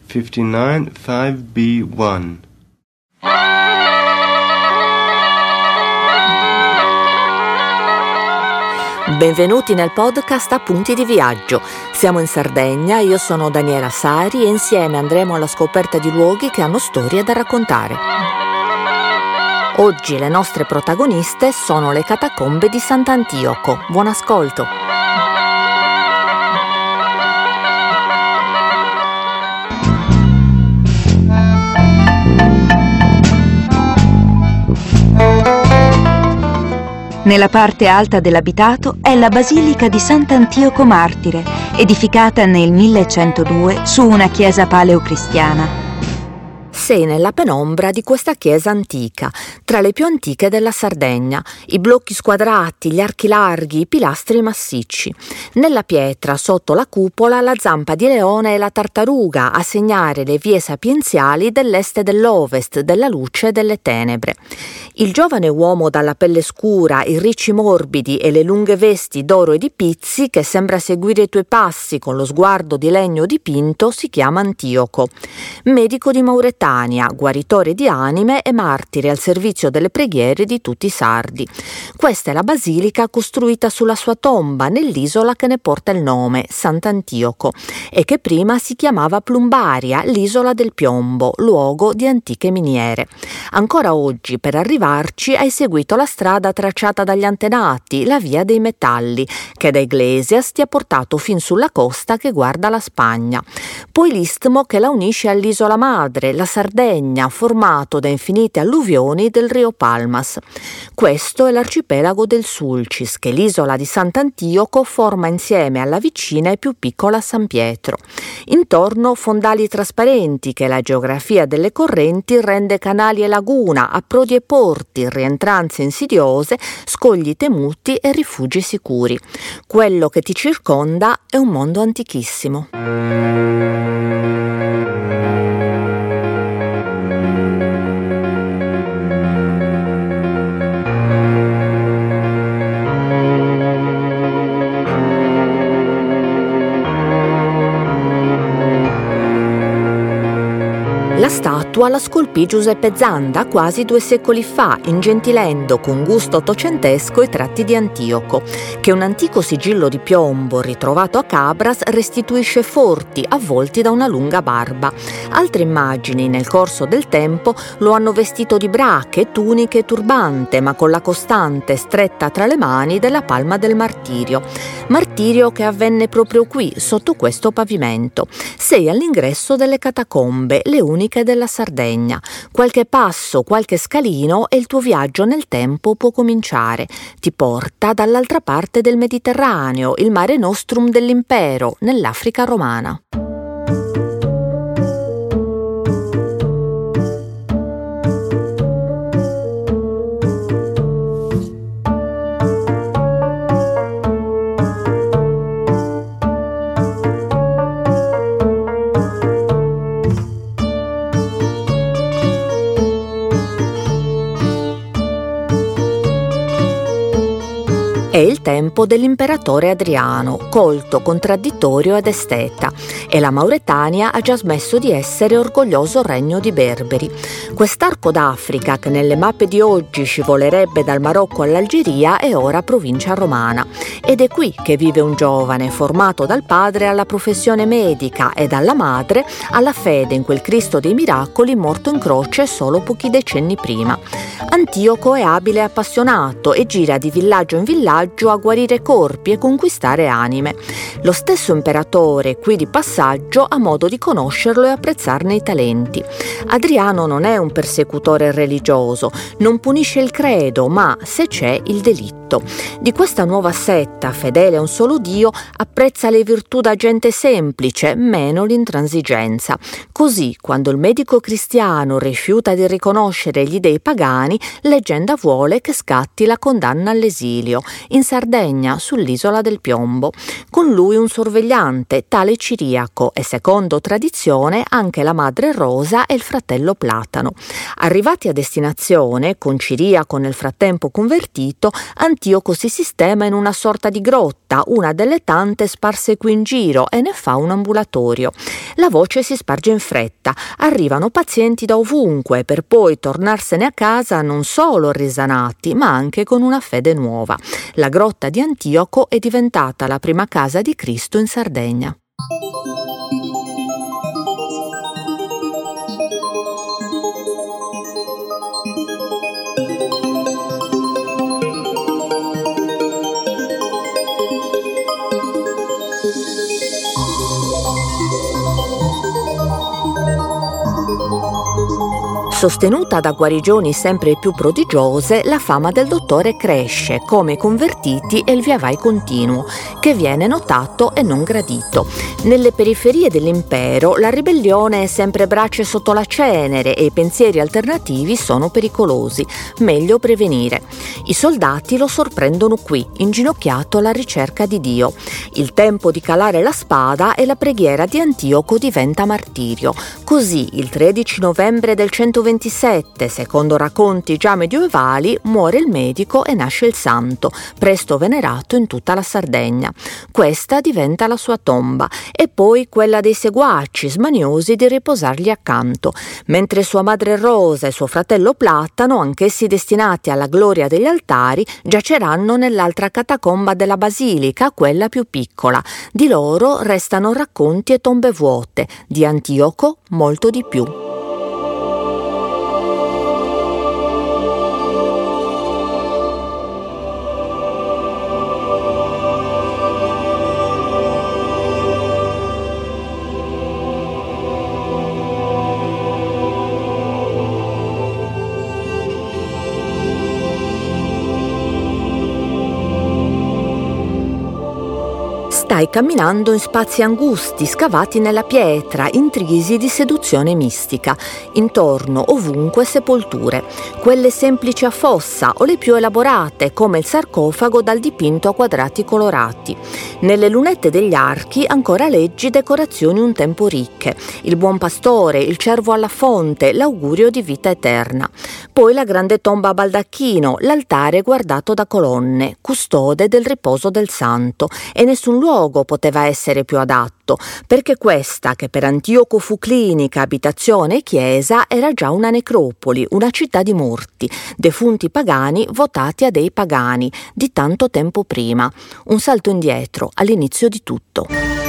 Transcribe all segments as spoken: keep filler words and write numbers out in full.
fifty-nine five B one. Benvenuti nel podcast Appunti di Viaggio. Siamo in Sardegna, io sono Daniela Sari e insieme andremo alla scoperta di luoghi che hanno storie da raccontare. Oggi le nostre protagoniste sono le catacombe di Sant'Antioco. Buon ascolto! Nella parte alta dell'abitato è la Basilica di Sant'Antioco Martire, edificata nel millecentodue su una chiesa paleocristiana. Sei nella penombra di questa chiesa antica, tra le più antiche della Sardegna, i blocchi squadrati, gli archi larghi, i pilastri massicci. Nella pietra, sotto la cupola, la zampa di leone e la tartaruga a segnare le vie sapienziali dell'est e dell'ovest, della luce e delle tenebre. Il giovane uomo dalla pelle scura, i ricci morbidi e le lunghe vesti d'oro e di pizzi, che sembra seguire i tuoi passi con lo sguardo di legno dipinto, si chiama Antioco. Medico di Mauretania, guaritore di anime e martire al servizio delle preghiere di tutti i sardi. Questa è la basilica costruita sulla sua tomba nell'isola che ne porta il nome, Sant'Antioco, e che prima si chiamava Plumbaria, l'isola del piombo, luogo di antiche miniere. Ancora oggi, per arrivarci, hai seguito la strada tracciata dagli antenati, la via dei metalli, che da Iglesias ti ha portato fin sulla costa che guarda la Spagna. Poi l'istmo che la unisce all'isola madre, la Sardegna, formato da infinite alluvioni del Rio Palmas. Questo è l'arcipelago del Sulcis, che l'isola di Sant'Antioco forma insieme alla vicina e più piccola San Pietro. Intorno fondali trasparenti che la geografia delle correnti rende canali e laguna, approdi e porti, rientranze insidiose, scogli temuti e rifugi sicuri. Quello che ti circonda è un mondo antichissimo. La statua la scolpì Giuseppe Zanda quasi due secoli fa, ingentilendo con gusto ottocentesco i tratti di Antioco, che un antico sigillo di piombo ritrovato a Cabras restituisce forti, avvolti da una lunga barba. Altre immagini nel corso del tempo lo hanno vestito di brache, tuniche e turbante, ma con la costante stretta tra le mani della palma del martirio. Martirio che avvenne proprio qui, sotto questo pavimento. Sei all'ingresso delle catacombe, le uniche della Sardegna. Qualche passo, qualche scalino e il tuo viaggio nel tempo può cominciare. Ti porta dall'altra parte del Mediterraneo, il Mare Nostrum dell'impero, nell'Africa romana. È il tempo dell'imperatore Adriano, colto, contraddittorio ed esteta, e la Mauretania ha già smesso di essere orgoglioso regno di berberi. Quest'arco d'Africa, che nelle mappe di oggi scivolerebbe dal Marocco all'Algeria, è ora provincia romana. Ed è qui che vive un giovane formato dal padre alla professione medica e dalla madre alla fede in quel Cristo dei miracoli morto in croce solo pochi decenni prima. Antioco è abile e appassionato e gira di villaggio in villaggio a guarire corpi e conquistare anime. Lo stesso imperatore, qui di passaggio, ha modo di conoscerlo e apprezzarne i talenti. Adriano non è un persecutore religioso, non punisce il credo, ma, se c'è, il delitto. Di questa nuova setta, fedele a un solo Dio, apprezza le virtù da gente semplice, meno l'intransigenza. Così, quando il medico cristiano rifiuta di riconoscere gli dei pagani, leggenda vuole che scatti la condanna all'esilio, in Sardegna, sull'isola del Piombo. Con lui un sorvegliante, tale Ciriaco, e secondo tradizione anche la madre Rosa e il fratello Platano. Arrivati a destinazione, con Ciriaco nel frattempo convertito, Antioco si sistema in una sorta di grotta grotta, una delle tante sparse qui in giro, e ne fa un ambulatorio. La voce si sparge in fretta, arrivano pazienti da ovunque per poi tornarsene a casa non solo risanati, ma anche con una fede nuova. La grotta di Antioco è diventata la prima casa di Cristo in Sardegna. Sostenuta da guarigioni sempre più prodigiose, la fama del dottore cresce, come i convertiti e il via vai continuo, che viene notato e non gradito. Nelle periferie dell'impero la ribellione è sempre brace sotto la cenere e i pensieri alternativi sono pericolosi, meglio prevenire. I soldati lo sorprendono qui, inginocchiato alla ricerca di Dio. Il tempo di calare la spada e la preghiera di Antioco diventa martirio. Così, il tredici novembre del centoventisette, secondo racconti già medievali, muore il medico e nasce il santo, presto venerato in tutta la Sardegna. Questa diventa la sua tomba e poi quella dei seguaci smaniosi di riposargli accanto, mentre sua madre Rosa e suo fratello Platano, anch'essi destinati alla gloria degli altari, giaceranno nell'altra catacomba della basilica, quella più piccola. Di loro restano racconti e tombe vuote, di Antioco molto di più. Stai camminando in spazi angusti, scavati nella pietra, intrisi di seduzione mistica. Intorno, ovunque, sepolture. Quelle semplici a fossa o le più elaborate, come il sarcofago dal dipinto a quadrati colorati. Nelle lunette degli archi ancora leggi decorazioni un tempo ricche. Il buon pastore, il cervo alla fonte, l'augurio di vita eterna. Poi la grande tomba a baldacchino, l'altare guardato da colonne, custode del riposo del santo, e nessun luogo poteva essere più adatto, perché questa, che per Antioco fu clinica, abitazione e chiesa, era già una necropoli, una città di morti, defunti pagani votati a dei pagani, di tanto tempo prima. Un salto indietro, all'inizio di tutto.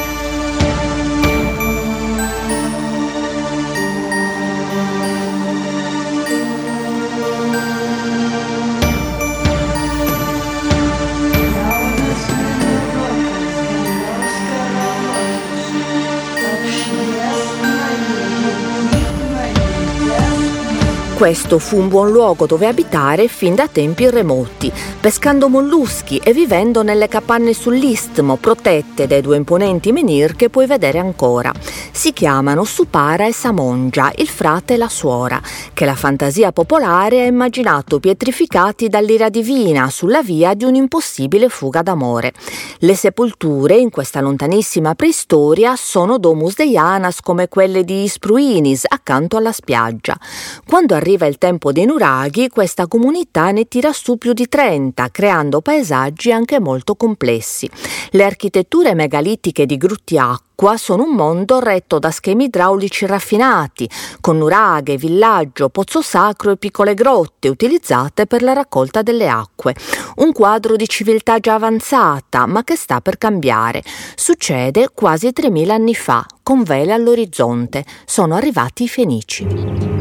Questo fu un buon luogo dove abitare fin da tempi remoti, pescando molluschi e vivendo nelle capanne sull'istmo, protette dai due imponenti menhir che puoi vedere ancora. Si chiamano Supara e Samongia, il frate e la suora, che la fantasia popolare ha immaginato pietrificati dall'ira divina sulla via di un'impossibile fuga d'amore. Le sepolture in questa lontanissima preistoria sono domus deianas come quelle di Ispruinis accanto alla spiaggia. Quando arriva il tempo dei nuraghi, questa comunità ne tira su più di trenta, creando paesaggi anche molto complessi. Le architetture megalitiche di Gruttiacqua sono un mondo retto da schemi idraulici raffinati, con nuraghe, villaggio, pozzo sacro e piccole grotte utilizzate per la raccolta delle acque. Un quadro di civiltà già avanzata, ma che sta per cambiare. Succede quasi tremila anni fa, con vele all'orizzonte. Sono arrivati i Fenici.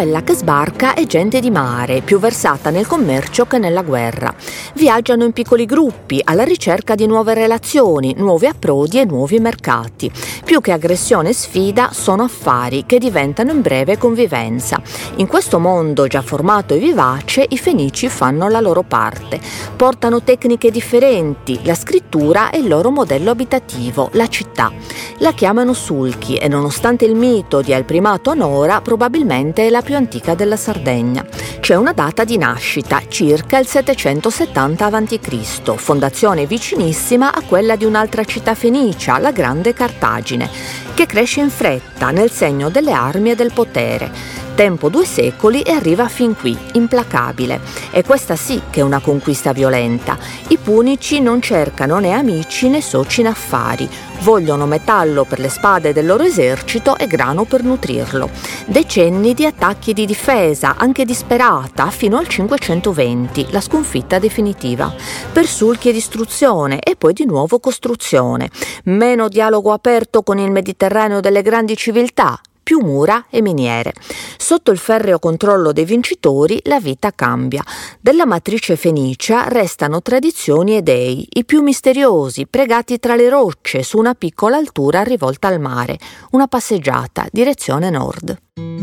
Quella che sbarca è gente di mare, più versata nel commercio che nella guerra. Viaggiano in piccoli gruppi alla ricerca di nuove relazioni, nuovi approdi e nuovi mercati. Più che aggressione e sfida, sono affari che diventano in breve convivenza. In questo mondo già formato e vivace, i fenici fanno la loro parte. Portano tecniche differenti, la scrittura è il loro modello abitativo, la città. La chiamano sulchi e nonostante il mito dia il primato a Nora, probabilmente è la più antica della Sardegna. C'è una data di nascita, circa il settecentosettanta avanti Cristo, fondazione vicinissima a quella di un'altra città fenicia, la Grande Cartagine, che cresce in fretta nel segno delle armi e del potere. Tempo due secoli e arriva fin qui, implacabile. E questa sì che è una conquista violenta. I punici non cercano né amici né soci in affari. Vogliono metallo per le spade del loro esercito e grano per nutrirlo. Decenni di attacchi e di difesa, anche disperata, fino al cinquecentoventi, la sconfitta definitiva. Per sulchi e distruzione e poi di nuovo costruzione. Meno dialogo aperto con il Mediterraneo delle grandi civiltà, più mura e miniere. Sotto il ferreo controllo dei vincitori la vita cambia. Della matrice fenicia restano tradizioni e dei, i più misteriosi, pregati tra le rocce su una piccola altura rivolta al mare. Una passeggiata, direzione nord.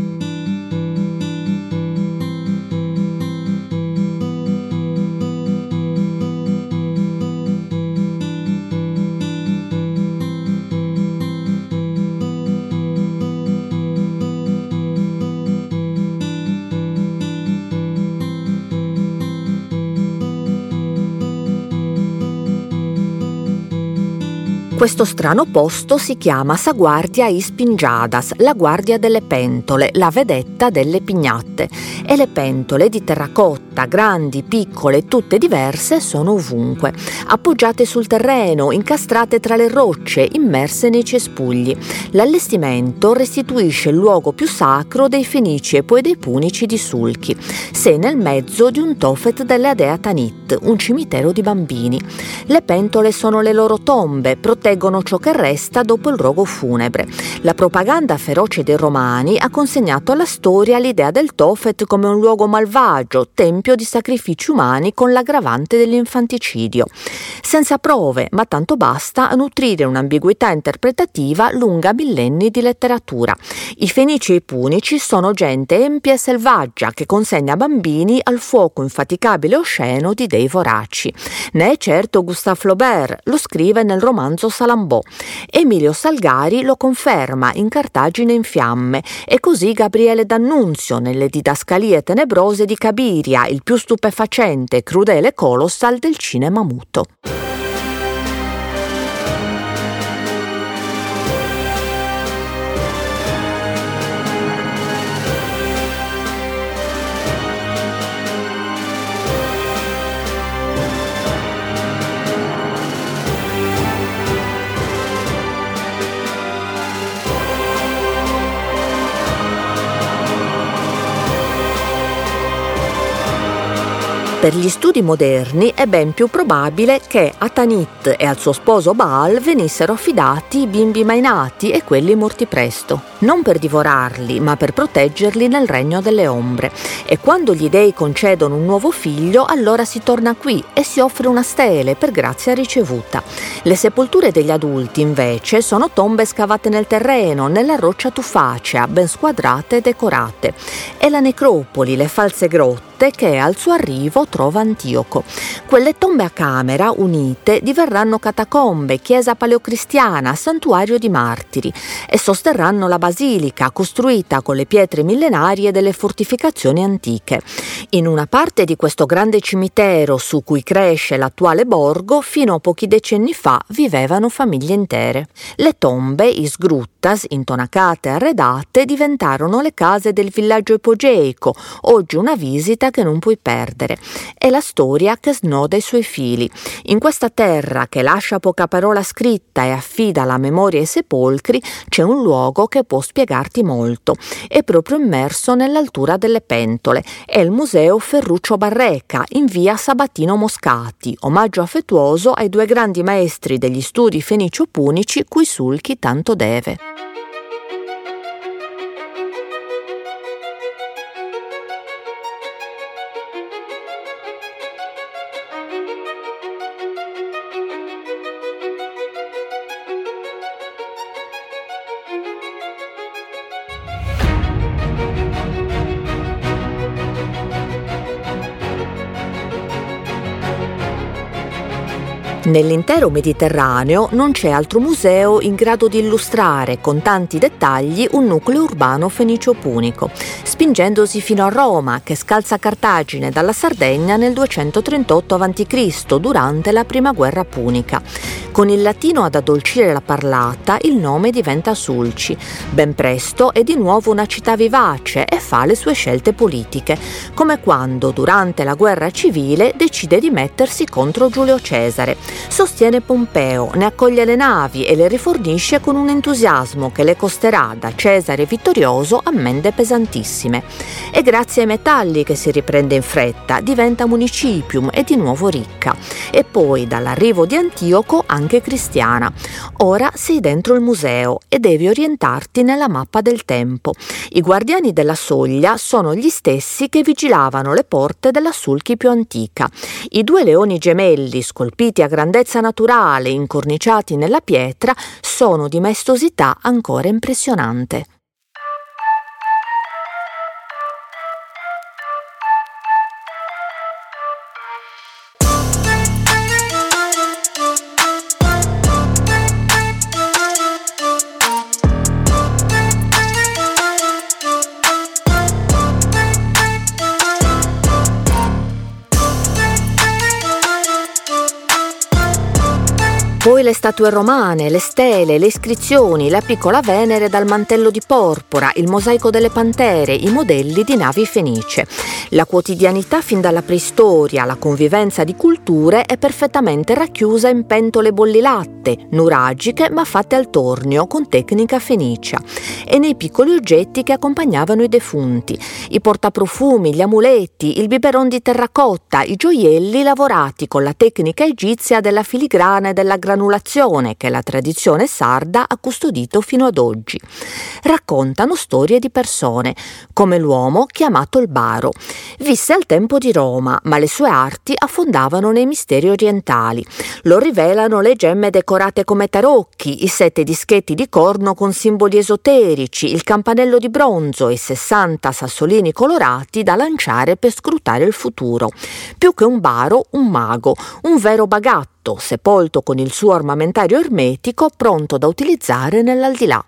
Questo strano posto si chiama Saguardia Ispingiadas, la guardia delle pentole, la vedetta delle pignatte. E le pentole di terracotta, grandi, piccole, tutte diverse, sono ovunque. Appoggiate sul terreno, incastrate tra le rocce, immerse nei cespugli. L'allestimento restituisce il luogo più sacro dei Fenici e poi dei Punici di Sulchi. Sei nel mezzo di un tofet della dea Tanit, un cimitero di bambini. Le pentole sono le loro tombe, proteggono ciò che resta dopo il rogo funebre. La propaganda feroce dei romani ha consegnato alla storia l'idea del Tofet come un luogo malvagio, tempio di sacrifici umani con l'aggravante dell'infanticidio. Senza prove, ma tanto basta a nutrire un'ambiguità interpretativa lunga millenni di letteratura. I Fenici e i Punici sono gente empia e selvaggia che consegna bambini al fuoco infaticabile e osceno di dei voraci. Ne è certo Gustave Flaubert, lo scrive nel romanzo Salambò. Emilio Salgari lo conferma in Cartagine in fiamme e così Gabriele D'Annunzio nelle Didascalie tenebrose di Cabiria, il più stupefacente e crudele colossal del cinema muto. Per gli studi moderni è ben più probabile che a Tanit e al suo sposo Baal venissero affidati i bimbi mai nati e quelli morti presto, non per divorarli, ma per proteggerli nel regno delle ombre. E quando gli dei concedono un nuovo figlio, allora si torna qui e si offre una stele per grazia ricevuta. Le sepolture degli adulti, invece, sono tombe scavate nel terreno, nella roccia tufacea, ben squadrate e decorate. È la necropoli, le false grotte, che al suo arrivo trova Antioco. Quelle tombe a camera, unite, diverranno catacombe, chiesa paleocristiana, santuario di martiri e sosterranno la basilica costruita con le pietre millenarie delle fortificazioni antiche. In una parte di questo grande cimitero su cui cresce l'attuale borgo, fino a pochi decenni fa vivevano famiglie intere. Le tombe, isgruttas, intonacate e arredate, diventarono le case del villaggio epogeico, oggi una visita che non puoi perdere. È la storia che snoda i suoi fili. In questa terra che lascia poca parola scritta e affida la memoria ai sepolcri c'è un luogo che può spiegarti molto. È proprio immerso nell'altura delle pentole. È il Museo Ferruccio Barreca in via Sabatino Moscati, omaggio affettuoso ai due grandi maestri degli studi fenicio-punici cui Sulchi tanto deve. Nell'intero Mediterraneo non c'è altro museo in grado di illustrare con tanti dettagli un nucleo urbano fenicio-punico, spingendosi fino a Roma, che scalza Cartagine dalla Sardegna nel duecentotrentotto avanti Cristo durante la prima guerra punica. Con il latino ad addolcire la parlata, il nome diventa Sulci. Ben presto è di nuovo una città vivace e fa le sue scelte politiche, come quando durante la guerra civile decide di mettersi contro Giulio Cesare. Sostiene Pompeo, ne accoglie le navi e le rifornisce con un entusiasmo che le costerà da Cesare vittorioso ammende pesantissime. È grazie ai metalli che si riprende in fretta, diventa municipium e di nuovo ricca. E poi dall'arrivo di Antioco anche cristiana. Ora sei dentro il museo e devi orientarti nella mappa del tempo. I guardiani della soglia sono gli stessi che vigilavano le porte della Sulci più antica. I due leoni gemelli scolpiti a grandezza naturale, incorniciati nella pietra, sono di maestosità ancora impressionante. Poi le statue romane, le stele, le iscrizioni, la piccola Venere dal mantello di porpora, il mosaico delle pantere, i modelli di navi fenicie. La quotidianità fin dalla preistoria, la convivenza di culture è perfettamente racchiusa in pentole bollilatte, nuragiche ma fatte al tornio con tecnica fenicia, e nei piccoli oggetti che accompagnavano i defunti, i portaprofumi, gli amuleti, il biberon di terracotta, i gioielli lavorati con la tecnica egizia della filigrana e della granulazione che la tradizione sarda ha custodito fino ad oggi. Raccontano storie di persone, come l'uomo chiamato il Baro. Visse al tempo di Roma, ma le sue arti affondavano nei misteri orientali. Lo rivelano le gemme decorate come tarocchi, i sette dischetti di corno con simboli esoterici, il campanello di bronzo e i sessanta sassolini colorati da lanciare per scrutare il futuro. Più che un baro, un mago, un vero bagatto, sepolto con il suo armamentario ermetico pronto da utilizzare nell'aldilà.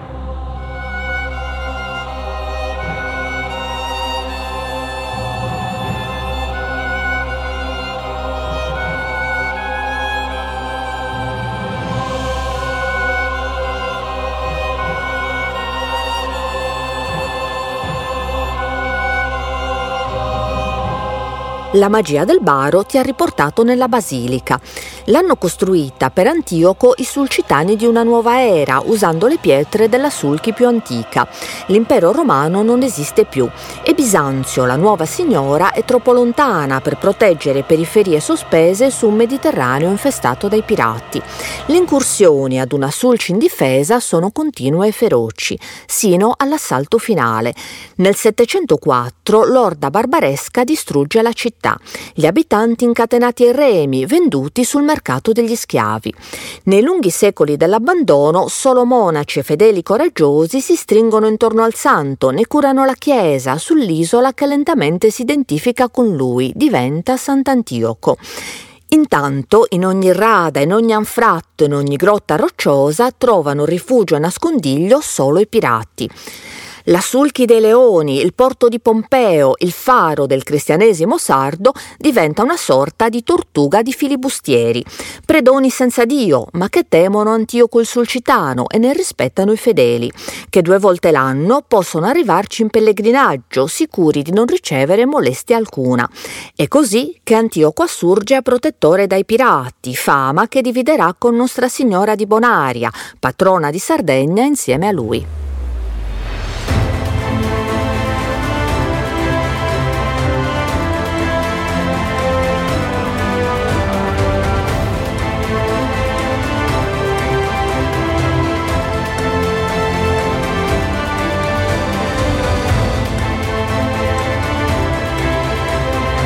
La magia del Baro ti ha riportato nella basilica. L'hanno costruita per Antioco i sulcitani di una nuova era, usando le pietre della Sulci più antica. L'impero romano non esiste più e Bisanzio, la nuova signora, è troppo lontana per proteggere periferie sospese su un Mediterraneo infestato dai pirati. Le incursioni ad una Sulci indifesa sono continue e feroci, sino all'assalto finale. Nel settecentoquattro l'orda barbaresca distrugge la città. Gli abitanti incatenati ai remi, venduti sul mercato degli schiavi. Nei lunghi secoli dell'abbandono, solo monaci e fedeli coraggiosi si stringono intorno al santo, ne curano la chiesa sull'isola che lentamente si identifica con lui, diventa Sant'Antioco. Intanto, in ogni rada, in ogni anfratto, in ogni grotta rocciosa trovano rifugio e nascondiglio solo i pirati. La Sulci dei Leoni, il porto di Pompeo, il faro del cristianesimo sardo, diventa una sorta di tortuga di filibustieri. Predoni senza Dio, ma che temono Antioco il Sulcitano e ne rispettano i fedeli, che due volte l'anno possono arrivarci in pellegrinaggio, sicuri di non ricevere molestia alcuna. È così che Antioco assurge a protettore dai pirati, fama che dividerà con Nostra Signora di Bonaria, patrona di Sardegna, insieme a lui.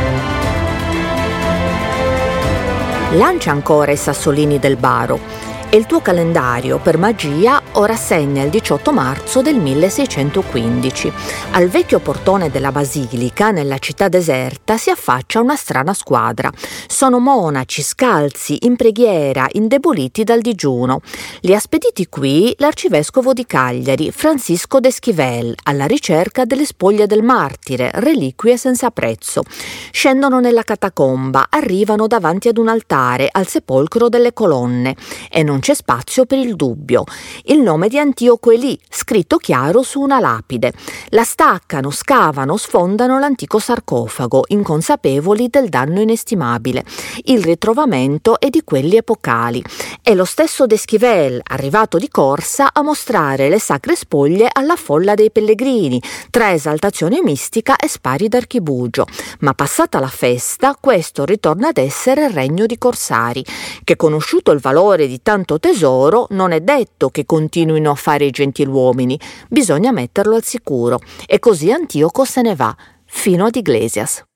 Lancia ancora i sassolini del Baro E il tuo calendario, per magia, ora segna il diciotto marzo del milleseicentoquindici. Al vecchio portone della basilica, nella città deserta, si affaccia una strana squadra. Sono monaci scalzi, in preghiera, indeboliti dal digiuno. Li ha spediti qui l'arcivescovo di Cagliari, Francisco d'Esquivel, alla ricerca delle spoglie del martire, reliquie senza prezzo. Scendono nella catacomba, arrivano davanti ad un altare, al sepolcro delle colonne, e non c'è spazio per il dubbio. Il nome di Antioco è lì, scritto chiaro su una lapide. La staccano, scavano, sfondano l'antico sarcofago, inconsapevoli del danno inestimabile. Il ritrovamento è di quelli epocali. È lo stesso d'Esquivel, arrivato di corsa a mostrare le sacre spoglie alla folla dei pellegrini, tra esaltazione mistica e spari d'archibugio. Ma passata la festa, questo ritorna ad essere il regno di corsari, che, conosciuto il valore di tanto tesoro, non è detto che continuino a fare i gentiluomini, bisogna metterlo al sicuro. E così Antioco se ne va, fino ad Iglesias.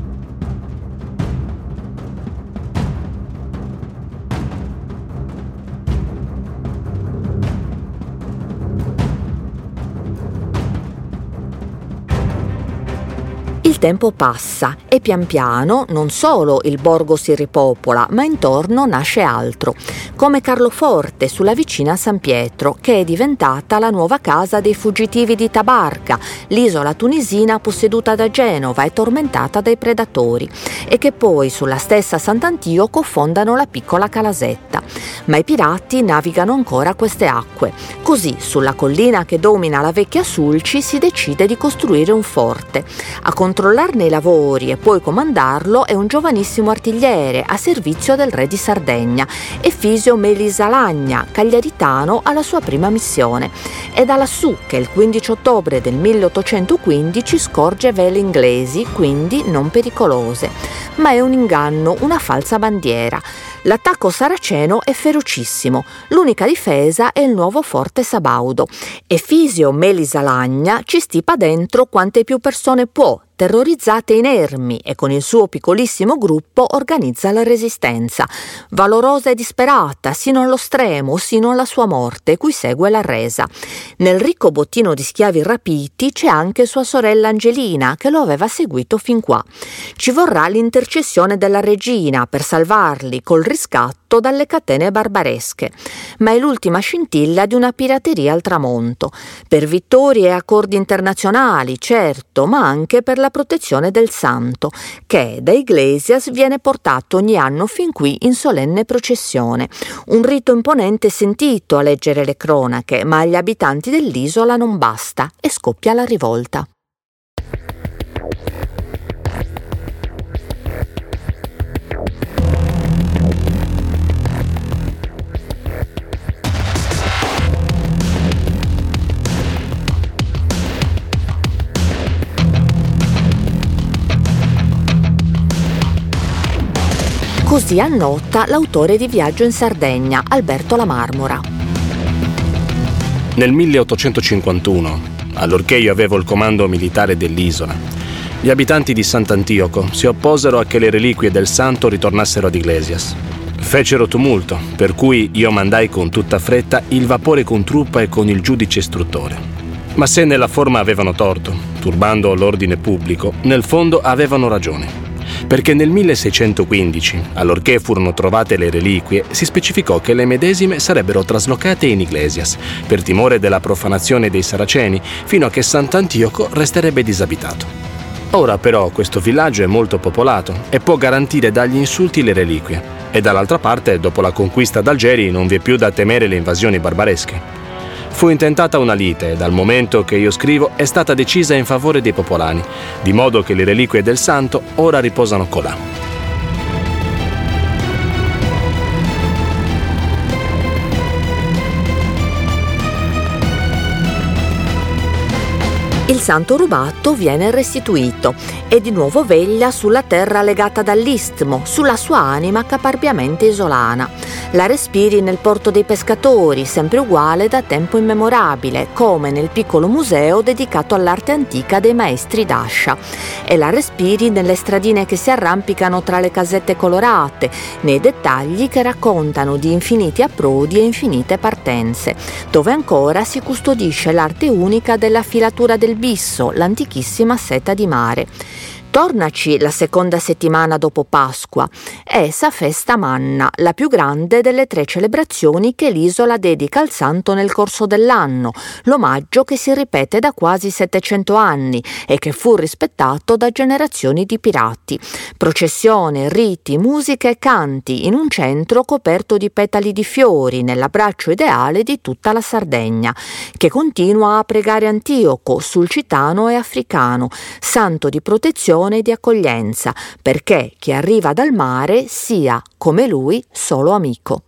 Il tempo passa e pian piano non solo il borgo si ripopola, ma intorno nasce altro, come Carloforte sulla vicina San Pietro, che è diventata la nuova casa dei fuggitivi di Tabarca, l'isola tunisina posseduta da Genova e tormentata dai predatori, e che poi sulla stessa Sant'Antioco fondano la piccola Calasetta. Ma i pirati navigano ancora queste acque. Così, sulla collina che domina la vecchia Sulci, si decide di costruire un forte. A controllarne i lavori e poi comandarlo è un giovanissimo artigliere a servizio del re di Sardegna, Efisio Melisalagna, cagliaritano alla sua prima missione. È da lassù che il quindici ottobre del milleottocentoquindici scorge vele inglesi, quindi non pericolose. Ma è un inganno, una falsa bandiera. L'attacco saraceno è ferocissimo. L'unica difesa è il nuovo forte Sabaudo. Efisio Melisalagna ci stipa dentro quante più persone può, terrorizzate e inermi, e con il suo piccolissimo gruppo organizza la resistenza, valorosa e disperata, sino allo stremo, sino alla sua morte, cui segue la resa. Nel ricco bottino di schiavi rapiti c'è anche sua sorella Angelina, che lo aveva seguito fin qua. Ci vorrà l'intercessione della regina per salvarli col riscatto dalle catene barbaresche, ma è l'ultima scintilla di una pirateria al tramonto, per vittorie e accordi internazionali, certo, ma anche per la protezione del santo, che da Iglesias viene portato ogni anno fin qui in solenne processione. Un rito imponente e sentito a leggere le cronache, ma agli abitanti dell'isola non basta e scoppia la rivolta. Così annota l'autore di Viaggio in Sardegna, Alberto La Marmora. Nel milleottocentocinquantuno, allorché io avevo il comando militare dell'isola, gli abitanti di Sant'Antioco si opposero a che le reliquie del santo ritornassero ad Iglesias. Fecero tumulto, per cui io mandai con tutta fretta il vapore con truppa e con il giudice istruttore. Ma se nella forma avevano torto, turbando l'ordine pubblico, nel fondo avevano ragione. Perché nel milleseicentoquindici, allorché furono trovate le reliquie, si specificò che le medesime sarebbero traslocate in Iglesias, per timore della profanazione dei saraceni, fino a che Sant'Antioco resterebbe disabitato. Ora però questo villaggio è molto popolato e può garantire dagli insulti le reliquie, e dall'altra parte, dopo la conquista d'Algeri, non vi è più da temere le invasioni barbaresche. Fu intentata una lite e dal momento che io scrivo è stata decisa in favore dei popolani, di modo che le reliquie del santo ora riposano colà. Il santo rubato viene restituito e di nuovo veglia sulla terra legata dall'istmo, sulla sua anima caparbiamente isolana. La respiri nel porto dei pescatori, sempre uguale da tempo immemorabile, come nel piccolo museo dedicato all'arte antica dei maestri d'ascia. E la respiri nelle stradine che si arrampicano tra le casette colorate, nei dettagli che raccontano di infiniti approdi e infinite partenze, dove ancora si custodisce l'arte unica della filatura del bisso, l'antichissima seta di mare. Tornaci la seconda settimana dopo Pasqua. È sa festa manna, la più grande delle tre celebrazioni che l'isola dedica al santo nel corso dell'anno, l'omaggio che si ripete da quasi settecento anni e che fu rispettato da generazioni di pirati. Processione, riti, musica e canti in un centro coperto di petali di fiori, nell'abbraccio ideale di tutta la Sardegna, che continua a pregare Antioco, sulcitano e africano, santo di protezione e di accoglienza, perché chi arriva dal mare sia, come lui, solo amico.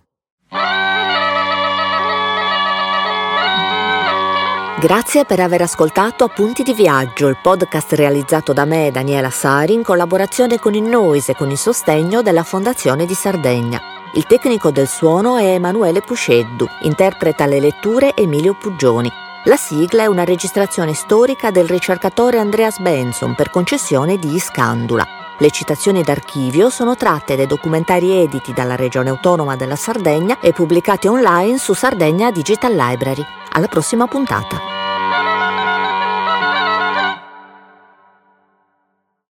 Grazie per aver ascoltato Appunti di Viaggio, il podcast realizzato da me, Daniela Sari, in collaborazione con il Noise e con il sostegno della Fondazione di Sardegna. Il tecnico del suono è Emanuele Pusceddu, interpreta le letture Emilio Puggioni. La sigla è una registrazione storica del ricercatore Andreas Benson per concessione di Iscandula. Le citazioni d'archivio sono tratte dai documentari editi dalla Regione Autonoma della Sardegna e pubblicati online su Sardegna Digital Library. Alla prossima puntata.